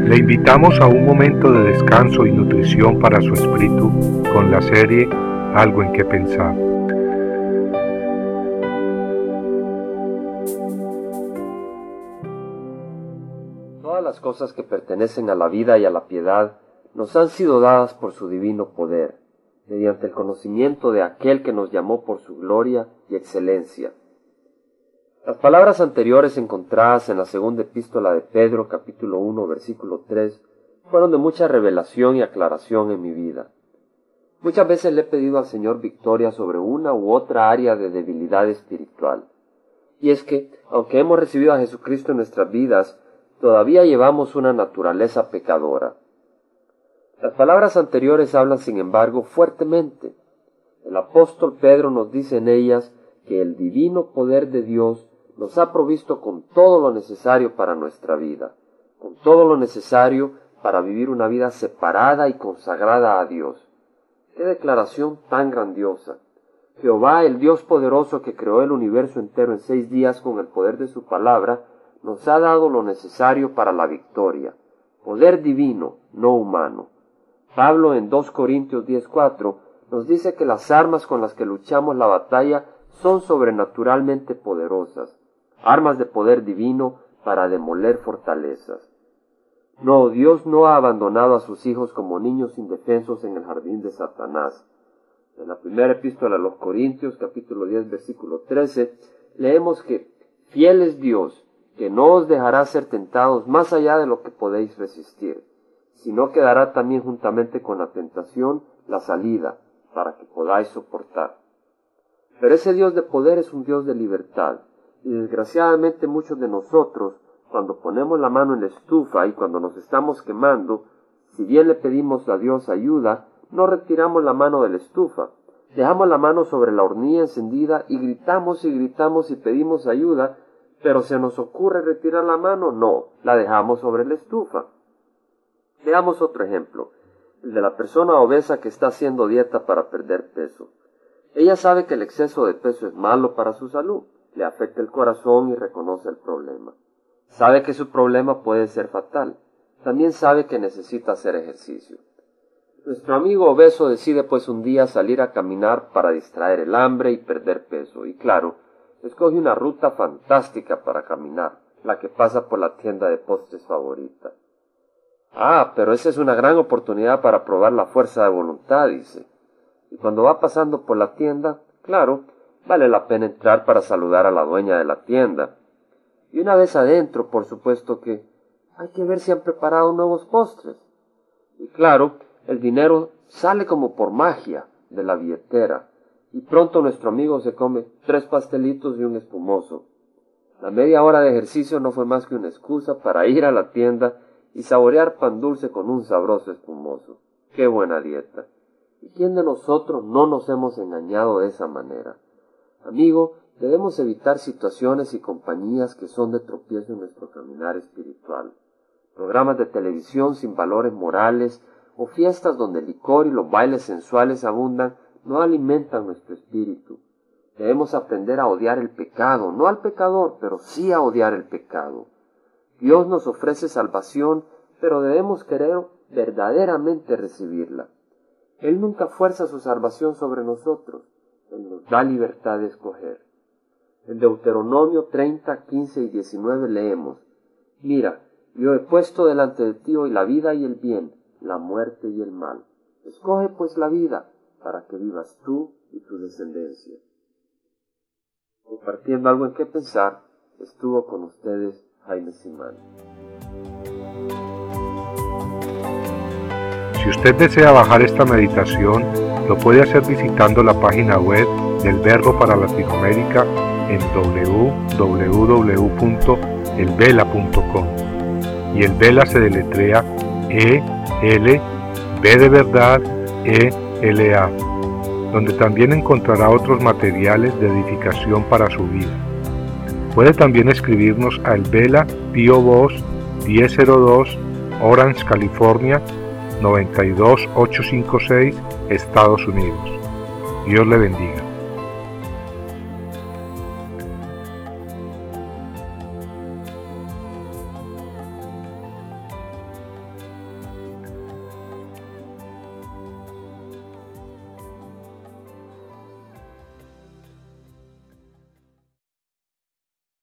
Le invitamos a un momento de descanso y nutrición para su espíritu con la serie Algo en que pensar. Todas las cosas que pertenecen a la vida y a la piedad nos han sido dadas por su divino poder, mediante el conocimiento de aquel que nos llamó por su gloria y excelencia. Las palabras anteriores encontradas en la segunda epístola de Pedro, capítulo 1, versículo 3, fueron de mucha revelación y aclaración en mi vida. Muchas veces le he pedido al Señor victoria sobre una u otra área de debilidad espiritual. Y es que, aunque hemos recibido a Jesucristo en nuestras vidas, todavía llevamos una naturaleza pecadora. Las palabras anteriores hablan, sin embargo, fuertemente. El apóstol Pedro nos dice en ellas que el divino poder de Dios nos ha provisto con todo lo necesario para nuestra vida, con todo lo necesario para vivir una vida separada y consagrada a Dios. ¡Qué declaración tan grandiosa! Jehová, el Dios poderoso que creó el universo entero en 6 días con el poder de su palabra, nos ha dado lo necesario para la victoria, poder divino, no humano. Pablo en 2 Corintios 10:4 nos dice que las armas con las que luchamos la batalla son sobrenaturalmente poderosas, armas de poder divino para demoler fortalezas. No, Dios no ha abandonado a sus hijos como niños indefensos en el jardín de Satanás. En la primera epístola a los Corintios, capítulo 10, versículo 13, leemos que fiel es Dios, que no os dejará ser tentados más allá de lo que podéis resistir, sino que dará también juntamente con la tentación la salida, para que podáis soportar. Pero ese Dios de poder es un Dios de libertad, y desgraciadamente muchos de nosotros, cuando ponemos la mano en la estufa y cuando nos estamos quemando, si bien le pedimos a Dios ayuda, no retiramos la mano de la estufa, dejamos la mano sobre la hornilla encendida y gritamos y pedimos ayuda, pero ¿se nos ocurre retirar la mano? No, la dejamos sobre la estufa. Veamos otro ejemplo, el de la persona obesa que está haciendo dieta para perder peso. Ella sabe que el exceso de peso es malo para su salud, le afecta el corazón y reconoce el problema. Sabe que su problema puede ser fatal. También sabe que necesita hacer ejercicio. Nuestro amigo obeso decide pues un día salir a caminar para distraer el hambre y perder peso. Y claro, escoge una ruta fantástica para caminar, la que pasa por la tienda de postres favorita. Ah, pero esa es una gran oportunidad para probar la fuerza de voluntad, dice. Y cuando va pasando por la tienda, claro, vale la pena entrar para saludar a la dueña de la tienda. Y una vez adentro, por supuesto que hay que ver si han preparado nuevos postres. Y claro, el dinero sale como por magia de la billetera, y pronto nuestro amigo se come 3 pastelitos y un espumoso. La media hora de ejercicio no fue más que una excusa para ir a la tienda y saborear pan dulce con un sabroso espumoso. ¡Qué buena dieta! ¿Y quién de nosotros no nos hemos engañado de esa manera? Amigo, debemos evitar situaciones y compañías que son de tropiezo en nuestro caminar espiritual. Programas de televisión sin valores morales o fiestas donde el licor y los bailes sensuales abundan no alimentan nuestro espíritu. Debemos aprender a odiar el pecado, no al pecador, pero sí a odiar el pecado. Dios nos ofrece salvación, pero debemos querer verdaderamente recibirla. Él nunca fuerza su salvación sobre nosotros. Él nos da libertad de escoger. En Deuteronomio 30, 15 y 19 leemos: Mira, yo he puesto delante de ti hoy la vida y el bien, la muerte y el mal. Escoge pues la vida, para que vivas tú y tu descendencia. Compartiendo algo en qué pensar, estuvo con ustedes Jaime Simán. Si usted desea bajar esta meditación, lo puede hacer visitando la página web del Verbo para Latinoamérica en www.elvela.com. Y el Vela se deletrea E-L-B de verdad E-L-A, donde también encontrará otros materiales de edificación para su vida. Puede también escribirnos a El Vela, P.O. Box 1002, Orange, California 92856, Estados Unidos. Dios le bendiga.